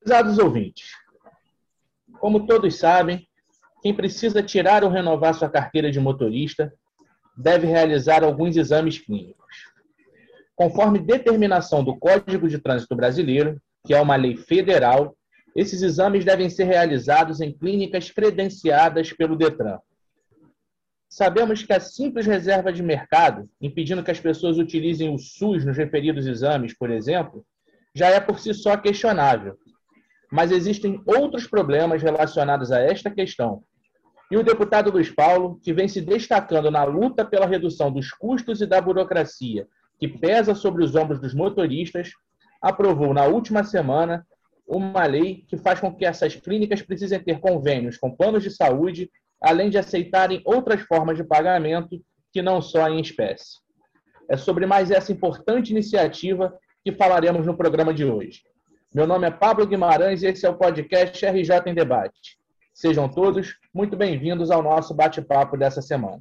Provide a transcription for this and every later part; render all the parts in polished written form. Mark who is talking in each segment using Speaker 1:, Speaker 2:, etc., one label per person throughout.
Speaker 1: Prezados ouvintes, como todos sabem, quem precisa tirar ou renovar sua carteira de motorista deve realizar alguns exames clínicos. Conforme determinação do Código de Trânsito Brasileiro, que é uma lei federal, esses exames devem ser realizados em clínicas credenciadas pelo Detran. Sabemos que a simples reserva de mercado, impedindo que as pessoas utilizem o SUS nos referidos exames, por exemplo, já é por si só questionável. Mas existem outros problemas relacionados a esta questão. E o deputado Luiz Paulo, que vem se destacando na luta pela redução dos custos e da burocracia que pesa sobre os ombros dos motoristas, aprovou na última semana uma lei que faz com que essas clínicas precisem ter convênios com planos de saúde, além de aceitarem outras formas de pagamento que não só em espécie. É sobre mais essa importante iniciativa que falaremos no programa de hoje. Meu nome é Pablo Guimarães e esse é o podcast RJ em Debate. Sejam todos muito bem-vindos ao nosso bate-papo dessa semana.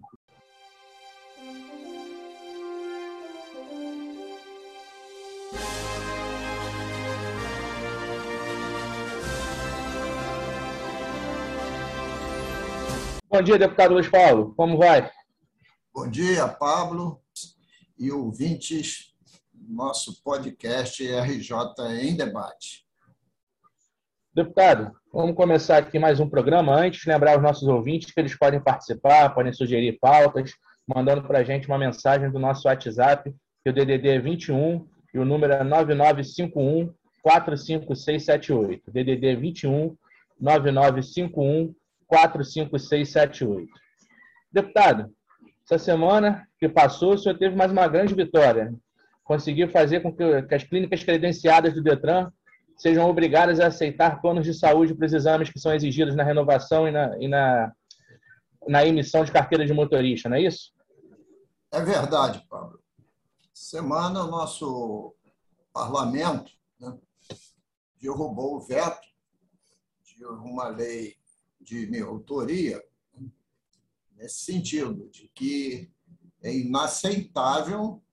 Speaker 1: Bom dia, deputado Luiz Paulo. Como vai?
Speaker 2: Bom dia, Pablo e ouvintes do nosso podcast RJ em Debate.
Speaker 1: Deputado, vamos começar aqui mais um programa. Antes, lembrar aos nossos ouvintes que eles podem participar, podem sugerir pautas, mandando para a gente uma mensagem do nosso WhatsApp, que o DDD é 21 e o número é 9951 45678. DDD 21 9951 45678. Deputado, essa semana que passou, o senhor teve mais uma grande vitória. Conseguiu fazer com que as clínicas credenciadas do Detran sejam obrigadas a aceitar planos de saúde para os exames que são exigidos na renovação e na emissão de carteira de motorista, não é isso?
Speaker 2: É verdade, Pablo. Semana, o nosso parlamento derrubou o veto de uma lei de minha autoria, nesse sentido, de que é inaceitável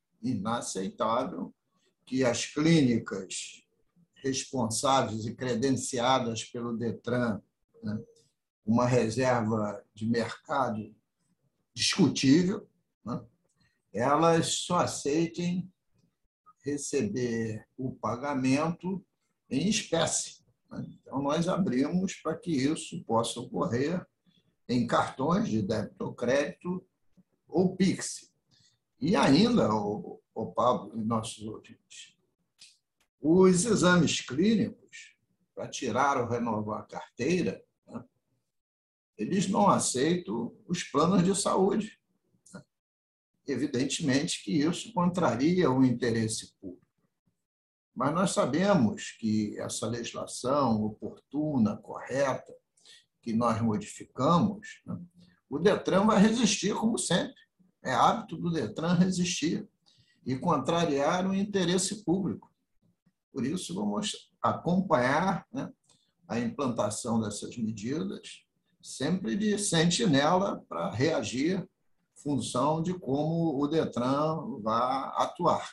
Speaker 2: que as clínicas responsáveis e credenciadas pelo Detran, uma reserva de mercado discutível, elas só aceitem receber o pagamento em espécie. Então, nós abrimos para que isso possa ocorrer em cartões de débito ou crédito ou Pix. E ainda, o Pablo e nossos ouvintes, os exames clínicos, para tirar ou renovar a carteira, eles não aceitam os planos de saúde. Evidentemente que isso contraria o interesse público. Mas nós sabemos que essa legislação oportuna, correta, que nós modificamos, o Detran vai resistir, como sempre. É hábito do Detran resistir e contrariar o interesse público. Por isso, vamos acompanhar a implantação dessas medidas, sempre de sentinela para reagir em função de como o Detran vai atuar.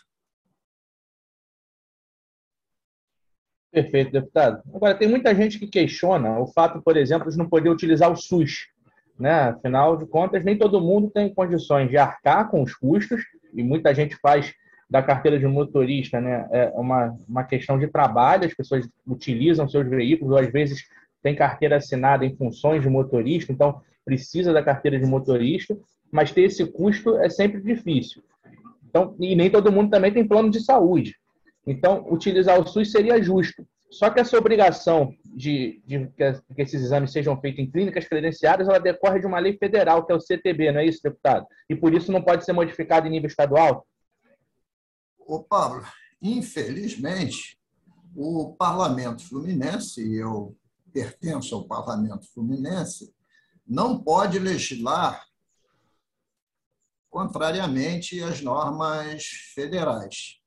Speaker 1: Perfeito, deputado. Agora, tem muita gente que questiona o fato, por exemplo, de não poder utilizar o SUS, né? Afinal de contas, nem todo mundo tem condições de arcar com os custos, e muita gente faz da carteira de motorista, né, é uma questão de trabalho, as pessoas utilizam seus veículos, ou às vezes tem carteira assinada em funções de motorista, então precisa da carteira de motorista, mas ter esse custo é sempre difícil. Então, e nem todo mundo também tem plano de saúde. Então, utilizar o SUS seria justo. Só que essa obrigação de que esses exames sejam feitos em clínicas credenciadas, ela decorre de uma lei federal, que é o CTB, não é isso, deputado? E por isso não pode ser modificado em nível estadual?
Speaker 2: Ô, Pablo, infelizmente, o Parlamento Fluminense, e eu pertenço ao Parlamento Fluminense, não pode legislar contrariamente às normas federais.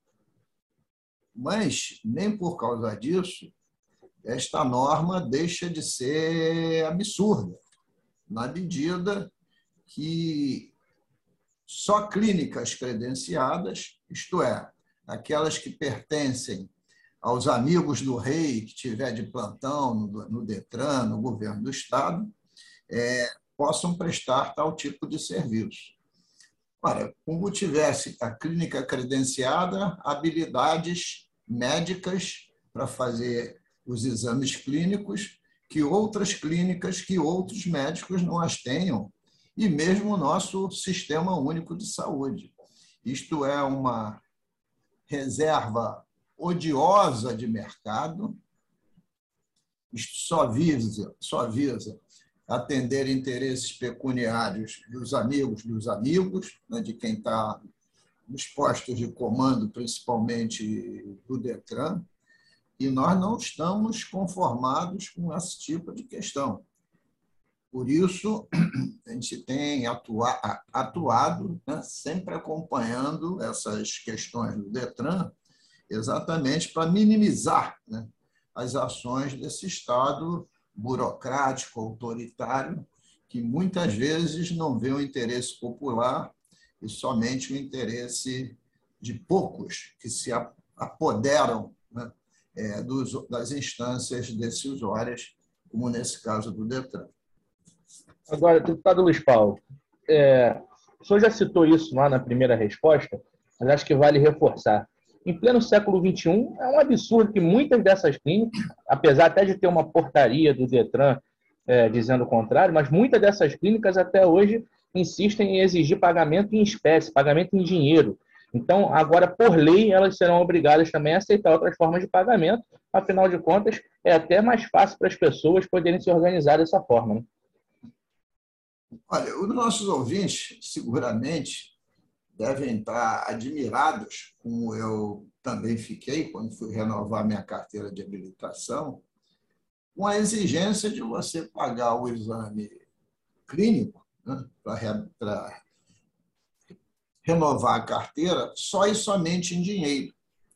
Speaker 2: Mas, nem por causa disso, esta norma deixa de ser absurda, na medida que só clínicas credenciadas, isto é, aquelas que pertencem aos amigos do rei que tiver de plantão no Detran, no governo do Estado, possam prestar tal tipo de serviço. Ora, como tivesse a clínica credenciada, habilidades médicas para fazer os exames clínicos que outras clínicas, que outros médicos não as tenham, e mesmo o nosso Sistema Único de Saúde. Isto é uma reserva odiosa de mercado, isto só visa atender interesses pecuniários dos amigos, né, de quem está nos postos de comando, principalmente do Detran, e nós não estamos conformados com esse tipo de questão. Por isso, a gente tem atuado, né, sempre acompanhando essas questões do Detran, exatamente para minimizar, né, as ações desse Estado burocrático, autoritário, que muitas vezes não vê o interesse popular e somente o interesse de poucos que se apoderam, né, das instâncias decisórias, como nesse caso do Detran.
Speaker 1: Agora, deputado Luiz Paulo, o senhor já citou isso lá na primeira resposta, mas acho que vale reforçar. Em pleno século XXI, é um absurdo que muitas dessas clínicas, apesar até de ter uma portaria do Detran dizendo o contrário, mas muitas dessas clínicas até hoje insistem em exigir pagamento em espécie, pagamento em dinheiro. Então, agora, por lei, elas serão obrigadas também a aceitar outras formas de pagamento. Afinal de contas, é até mais fácil para as pessoas poderem se organizar dessa forma, né?
Speaker 2: Olha, os nossos ouvintes, seguramente, devem estar admirados, como eu também fiquei quando fui renovar minha carteira de habilitação, com a exigência de você pagar o exame clínico, né, para renovar a carteira só e somente em dinheiro.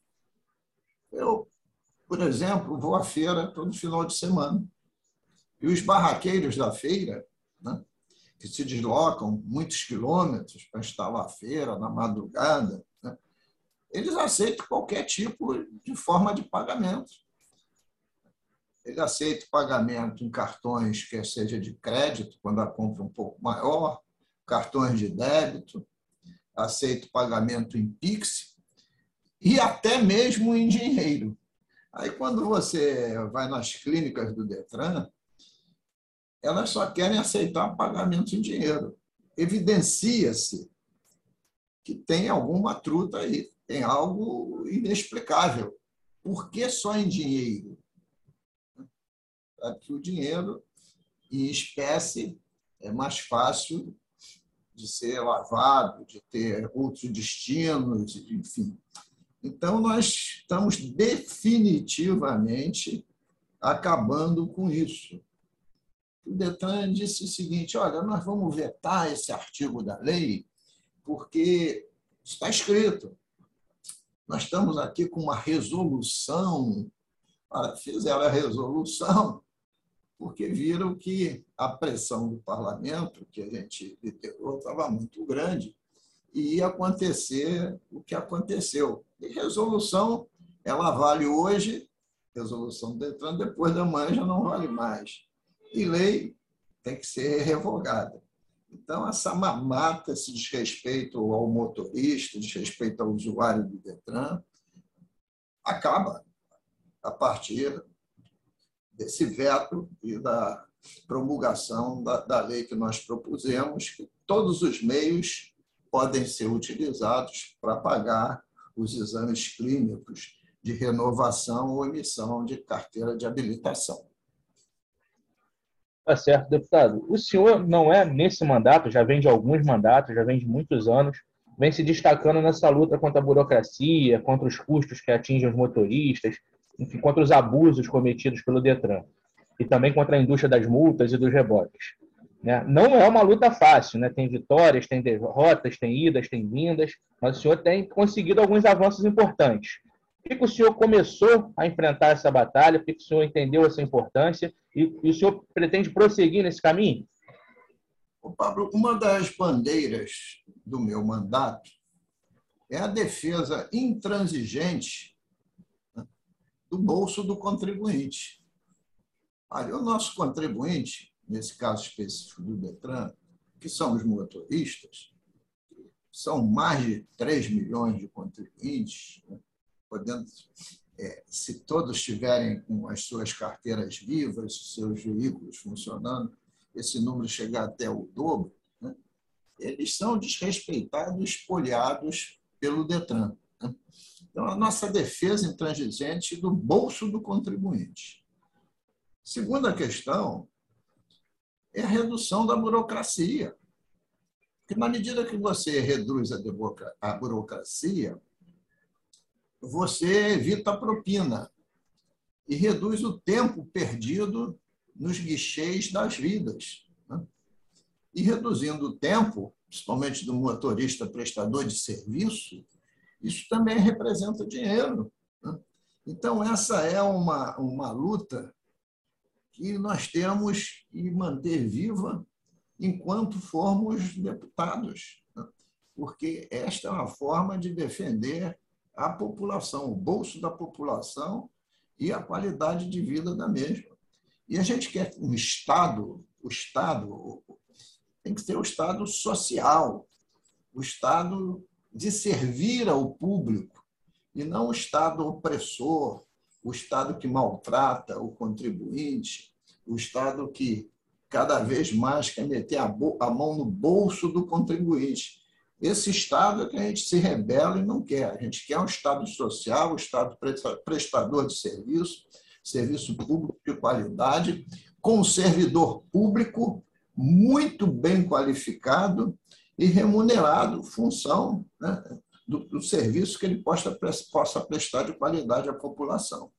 Speaker 2: Eu, por exemplo, vou à feira todo final de semana e os barraqueiros da feira, né, que se deslocam muitos quilômetros para instalar a feira na madrugada, né, eles aceitam qualquer tipo de forma de pagamento. Ele aceita pagamento em cartões, quer seja de crédito, quando a compra é um pouco maior, cartões de débito, aceita pagamento em Pix e até mesmo em dinheiro. Aí, quando você vai nas clínicas do Detran, elas só querem aceitar pagamento em dinheiro. Evidencia-se que tem alguma truta aí, tem algo inexplicável. Por que só em dinheiro? Que o dinheiro em espécie é mais fácil de ser lavado, de ter outros destinos, enfim. Então, nós estamos definitivamente acabando com isso. O Detran disse o seguinte: olha, nós vamos vetar esse artigo da lei porque está escrito. Nós estamos aqui com uma resolução. Fizeram a resolução porque viram que a pressão do parlamento, que a gente liderou, estava muito grande e ia acontecer o que aconteceu. E resolução, ela vale hoje, resolução do Detran, depois da manhã já não vale mais. E lei tem que ser revogada. Então, essa mamata, esse desrespeito ao motorista, desrespeito ao usuário do Detran, acaba a partir desse veto e da promulgação da lei que nós propusemos, que todos os meios podem ser utilizados para pagar os exames clínicos de renovação ou emissão de carteira de habilitação.
Speaker 1: Tá certo, deputado. O senhor não é nesse mandato, já vem de alguns mandatos, já vem de muitos anos, vem se destacando nessa luta contra a burocracia, contra os custos que atingem os motoristas, enfim, contra os abusos cometidos pelo Detran e também contra a indústria das multas e dos reboques, né? Não é uma luta fácil, né? Tem vitórias, tem derrotas, tem idas, tem vindas, mas o senhor tem conseguido alguns avanços importantes. Por que o senhor começou a enfrentar essa batalha? Por que o senhor entendeu essa importância? E o senhor pretende prosseguir nesse caminho?
Speaker 2: Pablo, uma das bandeiras do meu mandato é a defesa intransigente do bolso do contribuinte. Olha, o nosso contribuinte, nesse caso específico do Detran, que são os motoristas, são mais de 3 milhões de contribuintes, né? Podendo, se todos estiverem com as suas carteiras vivas, os seus veículos funcionando, esse número chegar até o dobro, né? Eles são desrespeitados, espoliados pelo Detran, né? Então, a nossa defesa intransigente do bolso do contribuinte. Segunda questão é a redução da burocracia. Porque, na medida que você reduz a burocracia, você evita a propina e reduz o tempo perdido nos guichês das vidas, né? E reduzindo o tempo, principalmente do motorista prestador de serviço, isso também representa dinheiro, né? Então, essa é uma luta que nós temos que manter viva enquanto formos deputados, né? Porque esta é uma forma de defender a população, o bolso da população e a qualidade de vida da mesma. E a gente quer um Estado, o Estado tem que ser o Estado social, o Estado de servir ao público, e não o Estado opressor, o Estado que maltrata o contribuinte, o Estado que cada vez mais quer meter a mão no bolso do contribuinte. Esse Estado é que a gente se rebela e não quer. A gente quer um Estado social, um Estado prestador de serviço, serviço público de qualidade, com um servidor público muito bem qualificado e remunerado, função, né, do serviço que ele possa prestar de qualidade à população.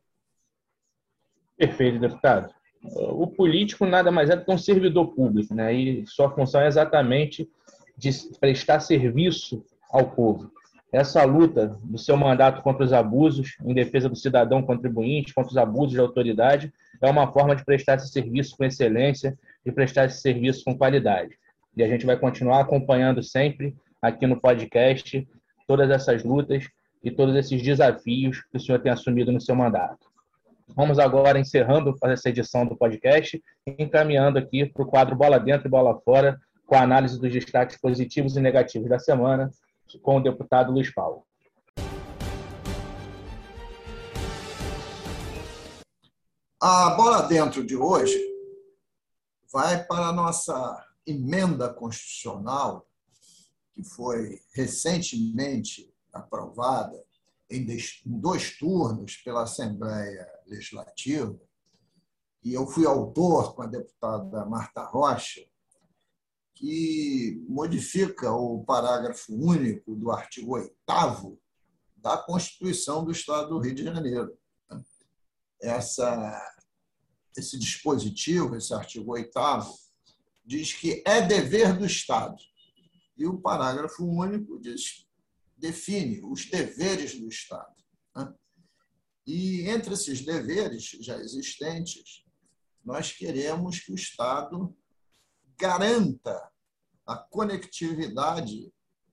Speaker 1: Perfeito, deputado. O político nada mais é do que um servidor público, né? E sua função é exatamente de prestar serviço ao povo. Essa luta do seu mandato contra os abusos, em defesa do cidadão contribuinte, contra os abusos de autoridade, é uma forma de prestar esse serviço com excelência, de prestar esse serviço com qualidade. E a gente vai continuar acompanhando sempre aqui no podcast todas essas lutas e todos esses desafios que o senhor tem assumido no seu mandato. Vamos agora encerrando essa edição do podcast e encaminhando aqui para o quadro Bola Dentro e Bola Fora, com a análise dos destaques positivos e negativos da semana, com o deputado Luiz Paulo.
Speaker 2: A Bola Dentro de hoje vai para a nossa emenda constitucional, que foi recentemente aprovada em 2 turnos pela Assembleia Legislativa, e eu fui autor com a deputada Marta Rocha, que modifica o parágrafo único do artigo 8º da Constituição do Estado do Rio de Janeiro. Esse dispositivo, esse artigo 8º, diz que é dever do Estado. E o parágrafo único define os deveres do Estado, né? E entre esses deveres já existentes, nós queremos que o Estado garanta a conectividade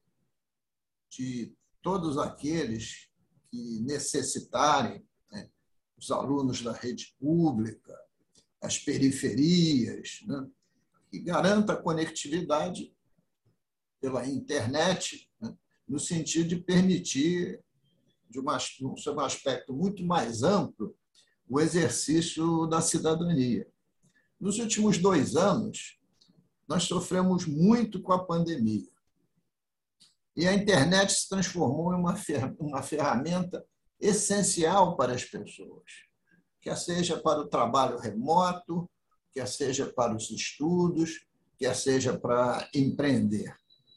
Speaker 2: de todos aqueles que necessitarem, né? Os alunos da rede pública, as periferias, né? E garanta a conectividade pela internet, né? No sentido de permitir, sob um aspecto muito mais amplo, o exercício da cidadania. Nos últimos 2 anos, nós sofremos muito com a pandemia. E a internet se transformou em uma ferramenta essencial para as pessoas, quer seja para o trabalho remoto, quer seja para os estudos, quer seja para empreender.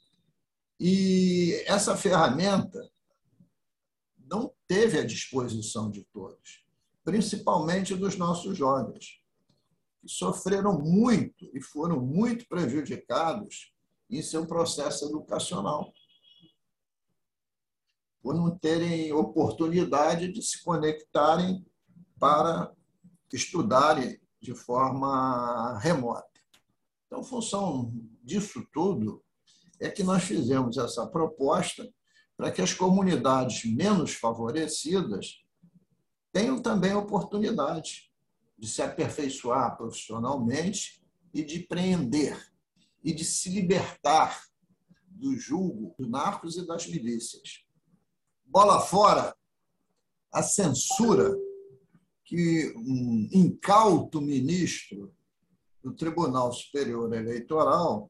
Speaker 2: E essa ferramenta não teve à disposição de todos, principalmente dos nossos jovens, que sofreram muito e foram muito prejudicados em seu processo educacional, por não terem oportunidade de se conectarem para estudarem de forma remota. Então, em função disso tudo, é que nós fizemos essa proposta para que as comunidades menos favorecidas tenham também oportunidade de se aperfeiçoar profissionalmente e de empreender e de se libertar do jugo dos narcos e das milícias. Bola fora a censura que um incauto ministro do Tribunal Superior Eleitoral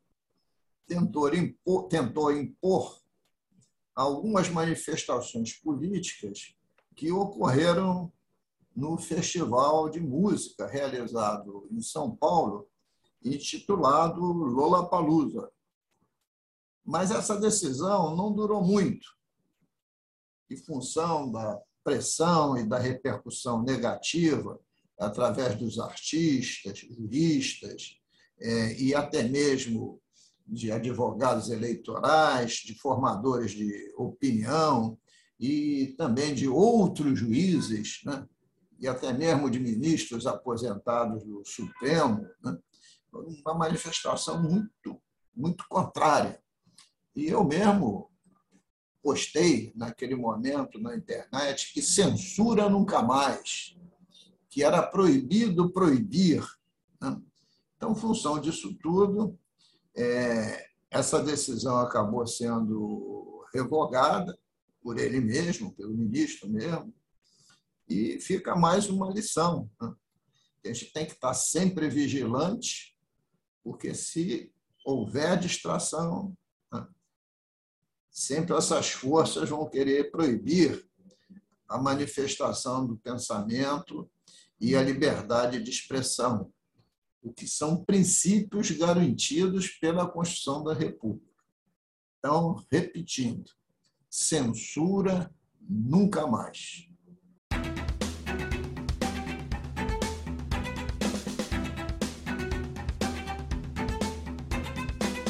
Speaker 2: tentou impor algumas manifestações políticas que ocorreram no festival de música realizado em São Paulo, intitulado Lollapalooza. Mas essa decisão não durou muito, em função da pressão e da repercussão negativa através dos artistas, juristas e até mesmo de advogados eleitorais, de formadores de opinião e também de outros juízes, né? E até mesmo de ministros aposentados do Supremo, né? Uma manifestação muito contrária. E eu mesmo postei, naquele momento, na internet, que censura nunca mais, que era proibido proibir, né? Então, em função disso tudo, essa decisão acabou sendo revogada por ele mesmo, pelo ministro mesmo, e fica mais uma lição, né? A gente tem que estar sempre vigilante, porque se houver distração, né, sempre essas forças vão querer proibir a manifestação do pensamento e a liberdade de expressão, o que são princípios garantidos pela Constituição da República. Então, repetindo, censura nunca mais.